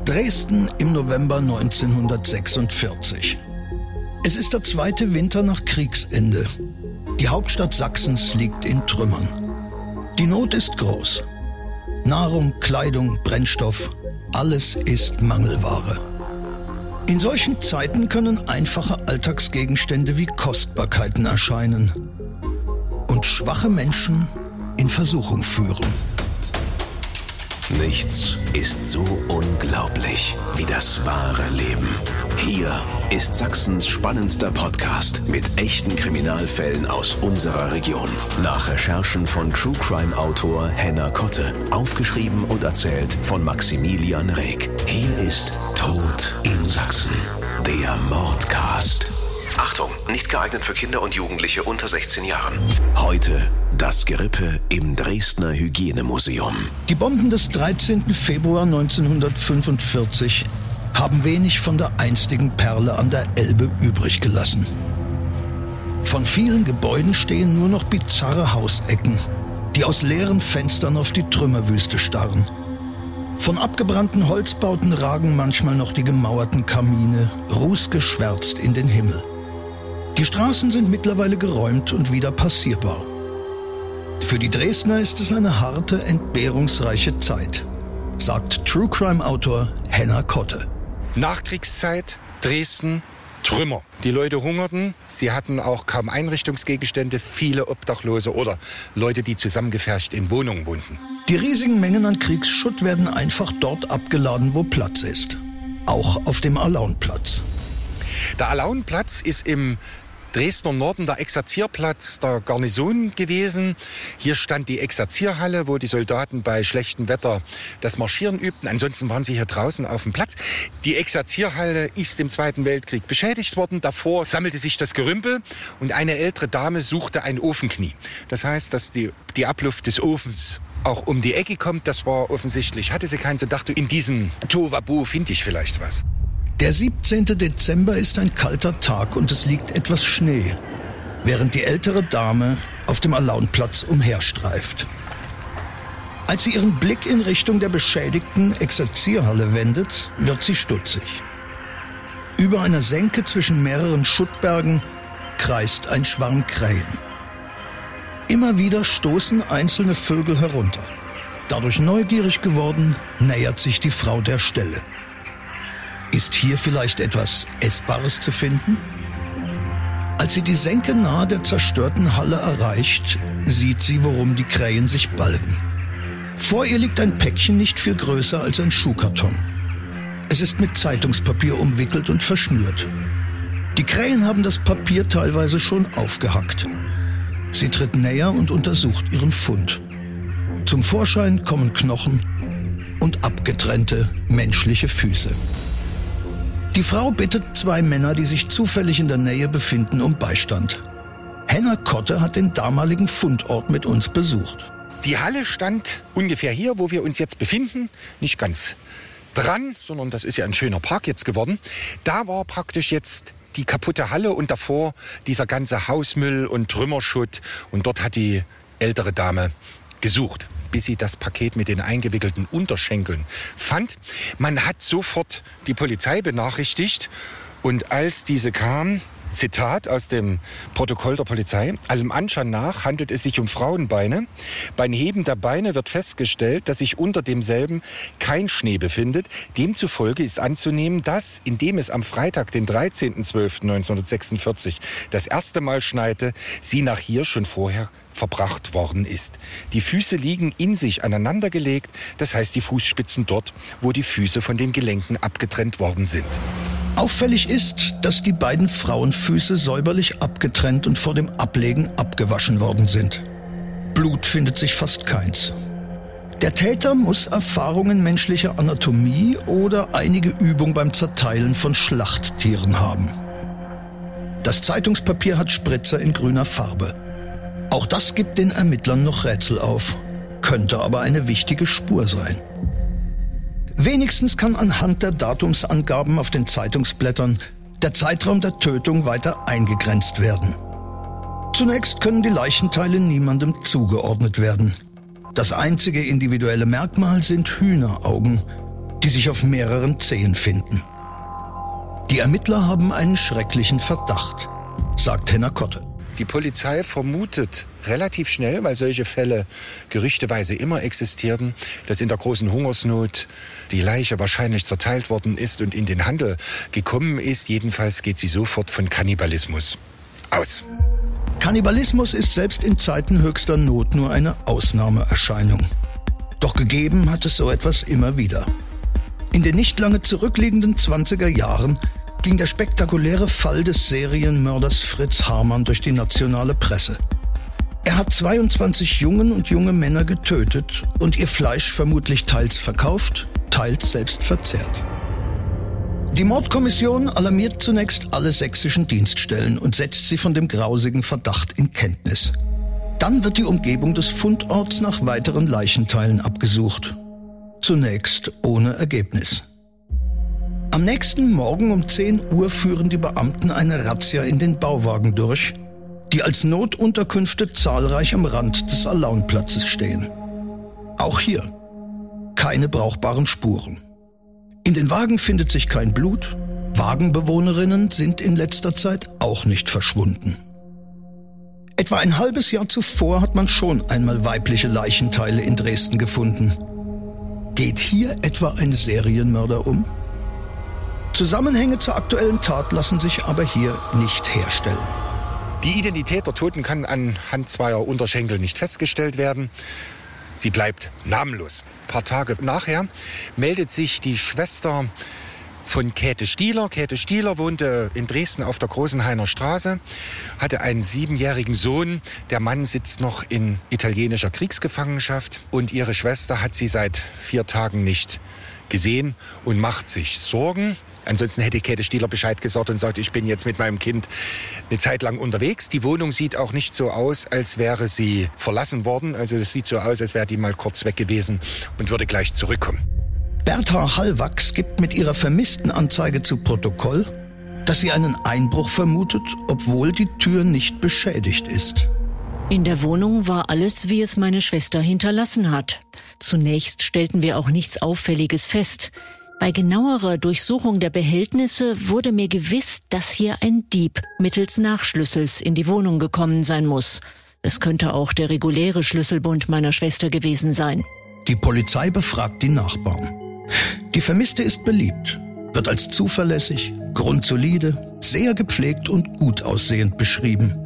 Dresden im November 1946. Es ist der zweite Winter nach Kriegsende. Die Hauptstadt Sachsens liegt in Trümmern. Die Not ist groß. Nahrung, Kleidung, Brennstoff, alles ist Mangelware. In solchen Zeiten können einfache Alltagsgegenstände wie Kostbarkeiten erscheinen und schwache Menschen in Versuchung führen. Nichts ist so unglaublich wie das wahre Leben. Hier ist Sachsens spannendster Podcast mit echten Kriminalfällen aus unserer Region. Nach Recherchen von True Crime Autor Henner Kotte. Aufgeschrieben und erzählt von Maximilian Reg. Hier ist Tod in Sachsen, der Mordcast. Achtung, nicht geeignet für Kinder und Jugendliche unter 16 Jahren. Heute das Gerippe im Dresdner Hygienemuseum. Die Bomben des 13. Februar 1945 haben wenig von der einstigen Perle an der Elbe übrig gelassen. Von vielen Gebäuden stehen nur noch bizarre Hausecken, die aus leeren Fenstern auf die Trümmerwüste starren. Von abgebrannten Holzbauten ragen manchmal noch die gemauerten Kamine, rußgeschwärzt in den Himmel. Die Straßen sind mittlerweile geräumt und wieder passierbar. Für die Dresdner ist es eine harte, entbehrungsreiche Zeit, sagt True Crime Autor Henner Kotte. Nachkriegszeit, Dresden, Trümmer. Die Leute hungerten, sie hatten auch kaum Einrichtungsgegenstände, viele Obdachlose oder Leute, die zusammengepfercht in Wohnungen wohnten. Die riesigen Mengen an Kriegsschutt werden einfach dort abgeladen, wo Platz ist. Auch auf dem Alaunplatz. Der Alaunplatz ist im Dresdner Norden der Exerzierplatz der Garnison gewesen. Hier stand die Exerzierhalle, wo die Soldaten bei schlechtem Wetter das Marschieren übten. Ansonsten waren sie hier draußen auf dem Platz. Die Exerzierhalle ist im Zweiten Weltkrieg beschädigt worden. Davor sammelte sich das Gerümpel und eine ältere Dame suchte ein Ofenknie. Das heißt, dass die Abluft des Ofens auch um die Ecke kommt. Das war offensichtlich. Hatte sie keinen, so dachte, in diesem Tohuwabohu finde ich vielleicht was. Der 17. Dezember ist ein kalter Tag und es liegt etwas Schnee, während die ältere Dame auf dem Alaunplatz umherstreift. Als sie ihren Blick in Richtung der beschädigten Exerzierhalle wendet, wird sie stutzig. Über einer Senke zwischen mehreren Schuttbergen kreist ein Schwarm Krähen. Immer wieder stoßen einzelne Vögel herunter. Dadurch neugierig geworden, nähert sich die Frau der Stelle. Ist hier vielleicht etwas Essbares zu finden? Als sie die Senke nahe der zerstörten Halle erreicht, sieht sie, worum die Krähen sich balgen. Vor ihr liegt ein Päckchen nicht viel größer als ein Schuhkarton. Es ist mit Zeitungspapier umwickelt und verschnürt. Die Krähen haben das Papier teilweise schon aufgehackt. Sie tritt näher und untersucht ihren Fund. Zum Vorschein kommen Knochen und abgetrennte menschliche Füße. Die Frau bittet zwei Männer, die sich zufällig in der Nähe befinden, um Beistand. Henner Kotte hat den damaligen Fundort mit uns besucht. Die Halle stand ungefähr hier, wo wir uns jetzt befinden. Nicht ganz dran, sondern das ist ja ein schöner Park jetzt geworden. Da war praktisch jetzt die kaputte Halle und davor dieser ganze Hausmüll und Trümmerschutt. Und dort hat die ältere Dame gesucht, bis sie das Paket mit den eingewickelten Unterschenkeln fand. Man hat sofort die Polizei benachrichtigt und als diese kam, Zitat aus dem Protokoll der Polizei: Allem Anschein nach handelt es sich um Frauenbeine. Beim Heben der Beine wird festgestellt, dass sich unter demselben kein Schnee befindet. Demzufolge ist anzunehmen, dass, indem es am Freitag, den 13.12.1946, das erste Mal schneite, sie nach hier schon vorher verbracht worden ist. Die Füße liegen in sich aneinandergelegt, das heißt die Fußspitzen dort, wo die Füße von den Gelenken abgetrennt worden sind. Auffällig ist, dass die beiden Frauenfüße säuberlich abgetrennt und vor dem Ablegen abgewaschen worden sind. Blut findet sich fast keins. Der Täter muss Erfahrungen menschlicher Anatomie oder einige Übung beim Zerteilen von Schlachttieren haben. Das Zeitungspapier hat Spritzer in grüner Farbe. Auch das gibt den Ermittlern noch Rätsel auf, könnte aber eine wichtige Spur sein. Wenigstens kann anhand der Datumsangaben auf den Zeitungsblättern der Zeitraum der Tötung weiter eingegrenzt werden. Zunächst können die Leichenteile niemandem zugeordnet werden. Das einzige individuelle Merkmal sind Hühneraugen, die sich auf mehreren Zehen finden. Die Ermittler haben einen schrecklichen Verdacht, sagt Henner Kotte. Die Polizei vermutet relativ schnell, weil solche Fälle gerüchteweise immer existierten, dass in der großen Hungersnot die Leiche wahrscheinlich zerteilt worden ist und in den Handel gekommen ist. Jedenfalls geht sie sofort von Kannibalismus aus. Kannibalismus ist selbst in Zeiten höchster Not nur eine Ausnahmeerscheinung. Doch gegeben hat es so etwas immer wieder. In den nicht lange zurückliegenden 20er Jahren ging der spektakuläre Fall des Serienmörders Fritz Hamann durch die nationale Presse. Er hat 22 Jungen und junge Männer getötet und ihr Fleisch vermutlich teils verkauft, teils selbst verzehrt. Die Mordkommission alarmiert zunächst alle sächsischen Dienststellen und setzt sie von dem grausigen Verdacht in Kenntnis. Dann wird die Umgebung des Fundorts nach weiteren Leichenteilen abgesucht. Zunächst ohne Ergebnis. Am nächsten Morgen um 10 Uhr führen die Beamten eine Razzia in den Bauwagen durch, die als Notunterkünfte zahlreich am Rand des Alaunplatzes stehen. Auch hier keine brauchbaren Spuren. In den Wagen findet sich kein Blut. Wagenbewohnerinnen sind in letzter Zeit auch nicht verschwunden. Etwa ein halbes Jahr zuvor hat man schon einmal weibliche Leichenteile in Dresden gefunden. Geht hier etwa ein Serienmörder um? Zusammenhänge zur aktuellen Tat lassen sich aber hier nicht herstellen. Die Identität der Toten kann anhand zweier Unterschenkel nicht festgestellt werden. Sie bleibt namenlos. Ein paar Tage nachher meldet sich die Schwester von Käthe Stieler. Käthe Stieler wohnte in Dresden auf der Großenhainer Straße, hatte einen 7-jährigen Sohn. Der Mann sitzt noch in italienischer Kriegsgefangenschaft und ihre Schwester hat sie seit 4 Tagen nicht gesehen und macht sich Sorgen. Ansonsten hätte Käthe Stieler Bescheid gesagt und sagt, ich bin jetzt mit meinem Kind eine Zeit lang unterwegs. Die Wohnung sieht auch nicht so aus, als wäre sie verlassen worden. Also es sieht so aus, als wäre die mal kurz weg gewesen und würde gleich zurückkommen. Bertha Hallwachs gibt mit ihrer Vermisstenanzeige zu Protokoll, dass sie einen Einbruch vermutet, obwohl die Tür nicht beschädigt ist. In der Wohnung war alles, wie es meine Schwester hinterlassen hat. Zunächst stellten wir auch nichts Auffälliges fest. Bei genauerer Durchsuchung der Behältnisse wurde mir gewiss, dass hier ein Dieb mittels Nachschlüssels in die Wohnung gekommen sein muss. Es könnte auch der reguläre Schlüsselbund meiner Schwester gewesen sein. Die Polizei befragt die Nachbarn. Die Vermisste ist beliebt, wird als zuverlässig, grundsolide, sehr gepflegt und gut aussehend beschrieben.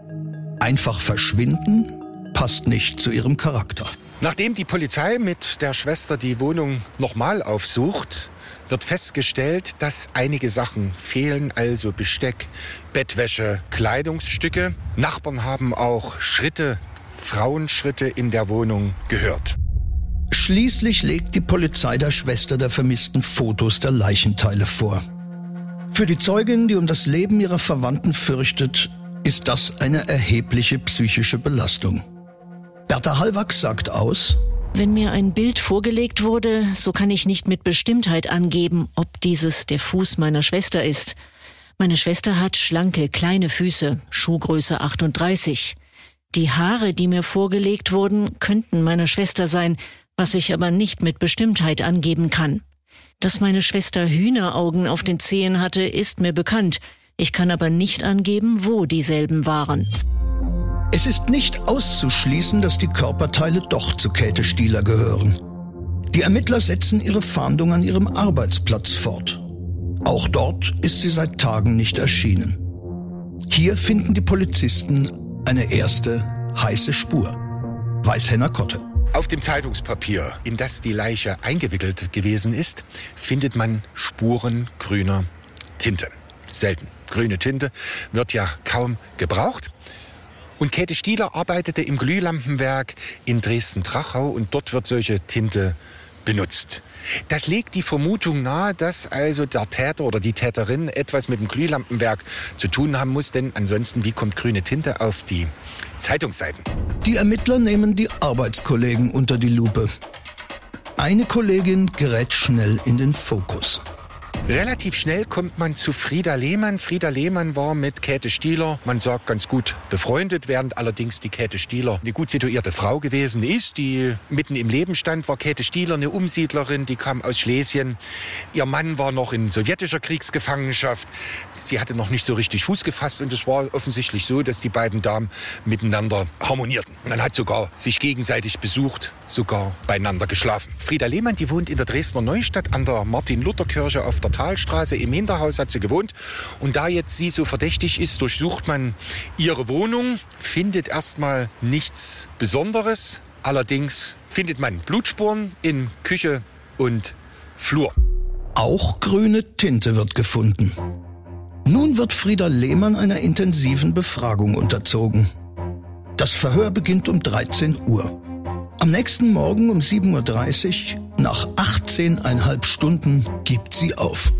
Einfach verschwinden passt nicht zu ihrem Charakter. Nachdem die Polizei mit der Schwester die Wohnung nochmal aufsucht, wird festgestellt, dass einige Sachen fehlen, also Besteck, Bettwäsche, Kleidungsstücke. Nachbarn haben auch Schritte, Frauenschritte in der Wohnung gehört. Schließlich legt die Polizei der Schwester der Vermissten Fotos der Leichenteile vor. Für die Zeugin, die um das Leben ihrer Verwandten fürchtet, ist das eine erhebliche psychische Belastung. Bertha Hallwachs sagt aus: Wenn mir ein Bild vorgelegt wurde, so kann ich nicht mit Bestimmtheit angeben, ob dieses der Fuß meiner Schwester ist. Meine Schwester hat schlanke, kleine Füße, Schuhgröße 38. Die Haare, die mir vorgelegt wurden, könnten meiner Schwester sein, was ich aber nicht mit Bestimmtheit angeben kann. Dass meine Schwester Hühneraugen auf den Zehen hatte, ist mir bekannt. Ich kann aber nicht angeben, wo dieselben waren. Es ist nicht auszuschließen, dass die Körperteile doch zu Käthe Stieler gehören. Die Ermittler setzen ihre Fahndung an ihrem Arbeitsplatz fort. Auch dort ist sie seit Tagen nicht erschienen. Hier finden die Polizisten eine erste heiße Spur, weiß Henner Kotte. Auf dem Zeitungspapier, in das die Leiche eingewickelt gewesen ist, findet man Spuren grüner Tinte. Selten. Grüne Tinte wird ja kaum gebraucht. Und Käthe Stieler arbeitete im Glühlampenwerk in Dresden-Trachau und dort wird solche Tinte benutzt. Das legt die Vermutung nahe, dass also der Täter oder die Täterin etwas mit dem Glühlampenwerk zu tun haben muss, denn ansonsten, wie kommt grüne Tinte auf die Zeitungsseiten? Die Ermittler nehmen die Arbeitskollegen unter die Lupe. Eine Kollegin gerät schnell in den Fokus. Relativ schnell kommt man zu Frieda Lehmann. Frieda Lehmann war mit Käthe Stieler, man sagt, ganz gut befreundet, während allerdings die Käthe Stieler eine gut situierte Frau gewesen ist, die mitten im Leben stand, war Käthe Stieler eine Umsiedlerin, die kam aus Schlesien. Ihr Mann war noch in sowjetischer Kriegsgefangenschaft. Sie hatte noch nicht so richtig Fuß gefasst und es war offensichtlich so, dass die beiden Damen miteinander harmonierten. Man hat sogar sich gegenseitig besucht, sogar beieinander geschlafen. Frieda Lehmann, die wohnt in der Dresdner Neustadt an der Martin-Luther-Kirche auf der Talstraße. Im Hinterhaus hat sie gewohnt. Und da jetzt sie so verdächtig ist, durchsucht man ihre Wohnung, findet erstmal nichts Besonderes. Allerdings findet man Blutspuren in Küche und Flur. Auch grüne Tinte wird gefunden. Nun wird Frieda Lehmann einer intensiven Befragung unterzogen. Das Verhör beginnt um 13 Uhr. Am nächsten Morgen um 7.30 Uhr, nach 18,5 Stunden, gibt sie auf.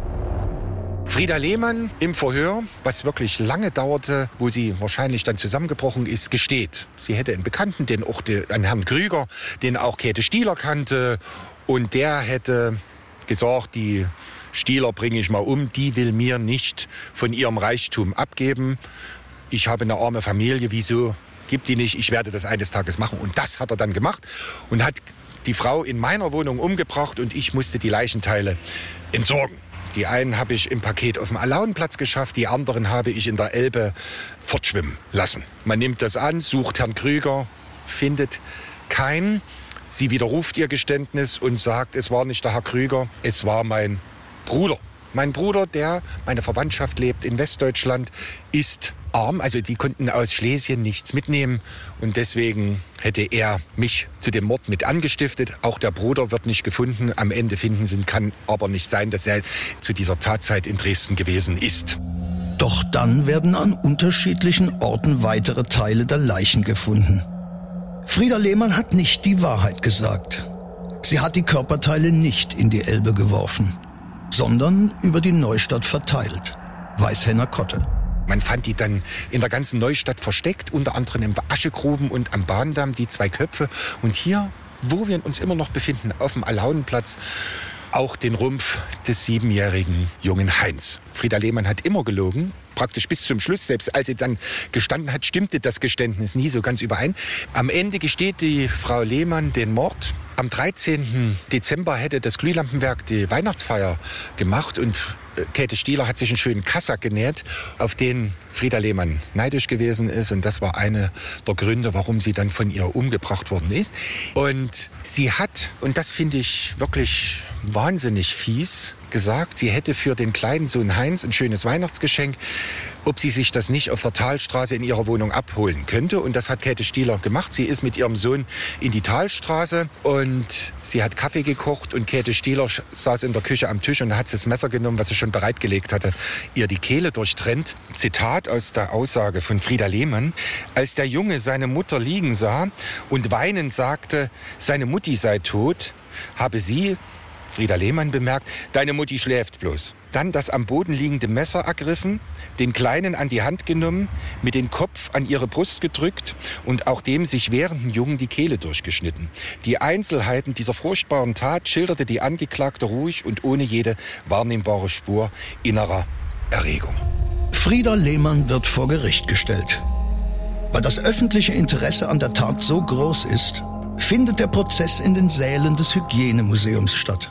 Frieda Lehmann im Verhör, was wirklich lange dauerte, wo sie wahrscheinlich dann zusammengebrochen ist, gesteht. Sie hätte einen Bekannten, einen Herrn Krüger, den auch Käthe Stieler kannte. Und der hätte gesagt, die Stieler bringe ich mal um, die will mir nicht von ihrem Reichtum abgeben. Ich habe eine arme Familie, wieso? Gibt die nicht, ich werde das eines Tages machen. Und das hat er dann gemacht und hat die Frau in meiner Wohnung umgebracht und ich musste die Leichenteile entsorgen. Die einen habe ich im Paket auf dem Alaunplatz geschafft, die anderen habe ich in der Elbe fortschwimmen lassen. Man nimmt das an, sucht Herrn Krüger, findet keinen. Sie widerruft ihr Geständnis und sagt, es war nicht der Herr Krüger, es war mein Bruder. Mein Bruder, meine Verwandtschaft lebt in Westdeutschland, ist arm. Also die konnten aus Schlesien nichts mitnehmen. Und deswegen hätte er mich zu dem Mord mit angestiftet. Auch der Bruder wird nicht gefunden. Am Ende finden sie ihn, kann aber nicht sein, dass er zu dieser Tatzeit in Dresden gewesen ist. Doch dann werden an unterschiedlichen Orten weitere Teile der Leichen gefunden. Frieda Lehmann hat nicht die Wahrheit gesagt. Sie hat die Körperteile nicht in die Elbe geworfen, sondern über die Neustadt verteilt. Weißhenner Kotte. Man fand die dann in der ganzen Neustadt versteckt, unter anderem im Aschegruben und am Bahndamm, die 2 Köpfe. Und hier, wo wir uns immer noch befinden, auf dem Alaunenplatz, auch den Rumpf des 7-jährigen jungen Heinz. Frieda Lehmann hat immer gelogen, praktisch bis zum Schluss. Selbst als sie dann gestanden hat, stimmte das Geständnis nie so ganz überein. Am Ende gesteht die Frau Lehmann den Mord. Am 13. Dezember hätte das Glühlampenwerk die Weihnachtsfeier gemacht und Käthe Stieler hat sich einen schönen Kassack genäht, auf den Frieda Lehmann neidisch gewesen ist. Und das war einer der Gründe, warum sie dann von ihr umgebracht worden ist. Und sie hat, und das finde ich wirklich wahnsinnig fies, gesagt, sie hätte für den kleinen Sohn Heinz ein schönes Weihnachtsgeschenk, ob sie sich das nicht auf der Talstraße in ihrer Wohnung abholen könnte. Und das hat Käthe Stieler gemacht. Sie ist mit ihrem Sohn in die Talstraße und sie hat Kaffee gekocht und Käthe Stieler saß in der Küche am Tisch und hat das Messer genommen, was sie schon bereitgelegt hatte, ihr die Kehle durchtrennt. Zitat aus der Aussage von Frieda Lehmann: Als der Junge seine Mutter liegen sah und weinend sagte, seine Mutti sei tot, habe sie, Frieda Lehmann, bemerkt, deine Mutti schläft bloß. Dann das am Boden liegende Messer ergriffen, den Kleinen an die Hand genommen, mit dem Kopf an ihre Brust gedrückt und auch dem sich wehrenden Jungen die Kehle durchgeschnitten. Die Einzelheiten dieser furchtbaren Tat schilderte die Angeklagte ruhig und ohne jede wahrnehmbare Spur innerer Erregung. Frieda Lehmann wird vor Gericht gestellt. Weil das öffentliche Interesse an der Tat so groß ist, findet der Prozess in den Sälen des Hygienemuseums statt.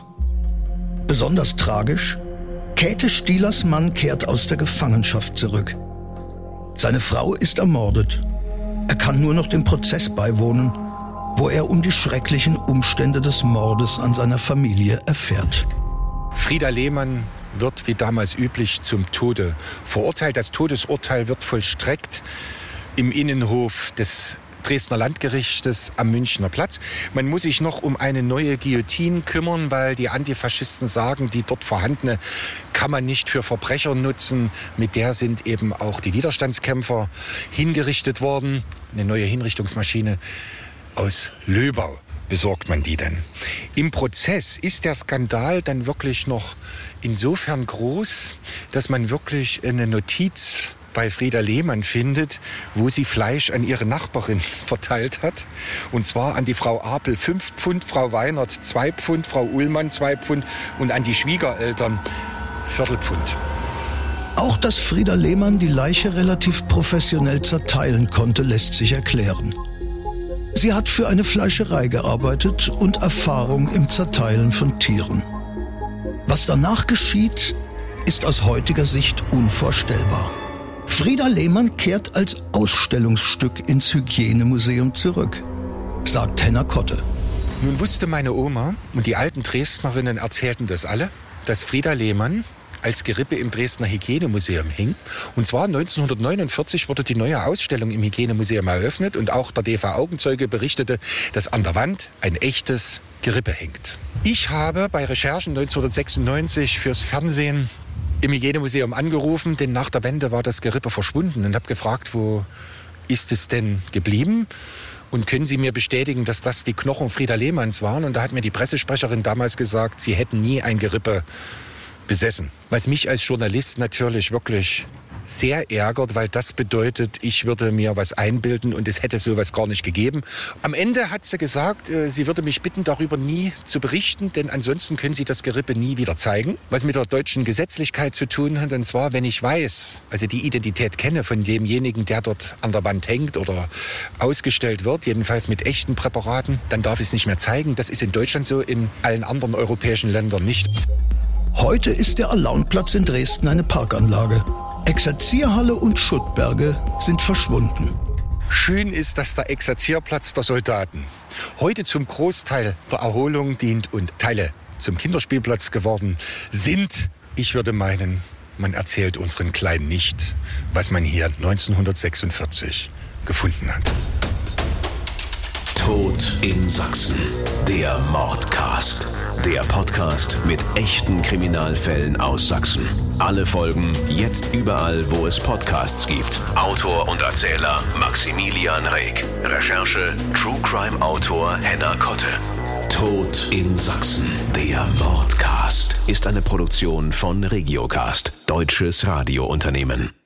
Besonders tragisch: Käthe Stielers Mann kehrt aus der Gefangenschaft zurück. Seine Frau ist ermordet. Er kann nur noch dem Prozess beiwohnen, wo er um die schrecklichen Umstände des Mordes an seiner Familie erfährt. Frieda Lehmann wird wie damals üblich zum Tode verurteilt. Das Todesurteil wird vollstreckt im Innenhof des Dresdner Landgerichtes am Münchner Platz. Man muss sich noch um eine neue Guillotine kümmern, weil die Antifaschisten sagen, die dort vorhandene kann man nicht für Verbrecher nutzen. Mit der sind eben auch die Widerstandskämpfer hingerichtet worden. Eine neue Hinrichtungsmaschine aus Löbau besorgt man die dann. Im Prozess ist der Skandal dann wirklich noch insofern groß, dass man wirklich eine Notiz bei Frieda Lehmann findet, wo sie Fleisch an ihre Nachbarin verteilt hat. Und zwar an die Frau Apel 5 Pfund, Frau Weinert 2 Pfund, Frau Ullmann 2 Pfund und an die Schwiegereltern Viertelpfund. Auch dass Frieda Lehmann die Leiche relativ professionell zerteilen konnte, lässt sich erklären. Sie hat für eine Fleischerei gearbeitet und Erfahrung im Zerteilen von Tieren. Was danach geschieht, ist aus heutiger Sicht unvorstellbar. Frieda Lehmann kehrt als Ausstellungsstück ins Hygienemuseum zurück, sagt Henna Kotte. Nun wusste meine Oma und die alten Dresdnerinnen erzählten das alle, dass Frieda Lehmann als Gerippe im Dresdner Hygienemuseum hing. Und zwar 1949 wurde die neue Ausstellung im Hygienemuseum eröffnet und auch der DV Augenzeuge berichtete, dass an der Wand ein echtes Gerippe hängt. Ich habe bei Recherchen 1996 fürs Fernsehen im Hygienemuseum angerufen, denn nach der Wende war das Gerippe verschwunden und habe gefragt, wo ist es denn geblieben? Und können Sie mir bestätigen, dass das die Knochen Frieda Lehmanns waren? Und da hat mir die Pressesprecherin damals gesagt, sie hätten nie ein Gerippe besessen. Was mich als Journalist natürlich wirklich sehr ärgert, weil das bedeutet, ich würde mir was einbilden und es hätte sowas gar nicht gegeben. Am Ende hat sie gesagt, sie würde mich bitten, darüber nie zu berichten, denn ansonsten können sie das Gerippe nie wieder zeigen. Was mit der deutschen Gesetzlichkeit zu tun hat, und zwar, wenn ich weiß, also die Identität kenne von demjenigen, der dort an der Wand hängt oder ausgestellt wird, jedenfalls mit echten Präparaten, dann darf ich es nicht mehr zeigen. Das ist in Deutschland so, in allen anderen europäischen Ländern nicht. Heute ist der Alaunplatz in Dresden eine Parkanlage. Exerzierhalle und Schuttberge sind verschwunden. Schön ist, dass der Exerzierplatz der Soldaten heute zum Großteil der Erholung dient und Teile zum Kinderspielplatz geworden sind. Ich würde meinen, man erzählt unseren Kleinen nicht, was man hier 1946 gefunden hat. Tod in Sachsen, der Mordcast. Der Podcast mit echten Kriminalfällen aus Sachsen. Alle Folgen jetzt überall, wo es Podcasts gibt. Autor und Erzähler Maximilian Reg. Recherche True Crime Autor Henna Kotte. Tod in Sachsen, der Mordcast, ist eine Produktion von Regiocast, deutsches Radiounternehmen.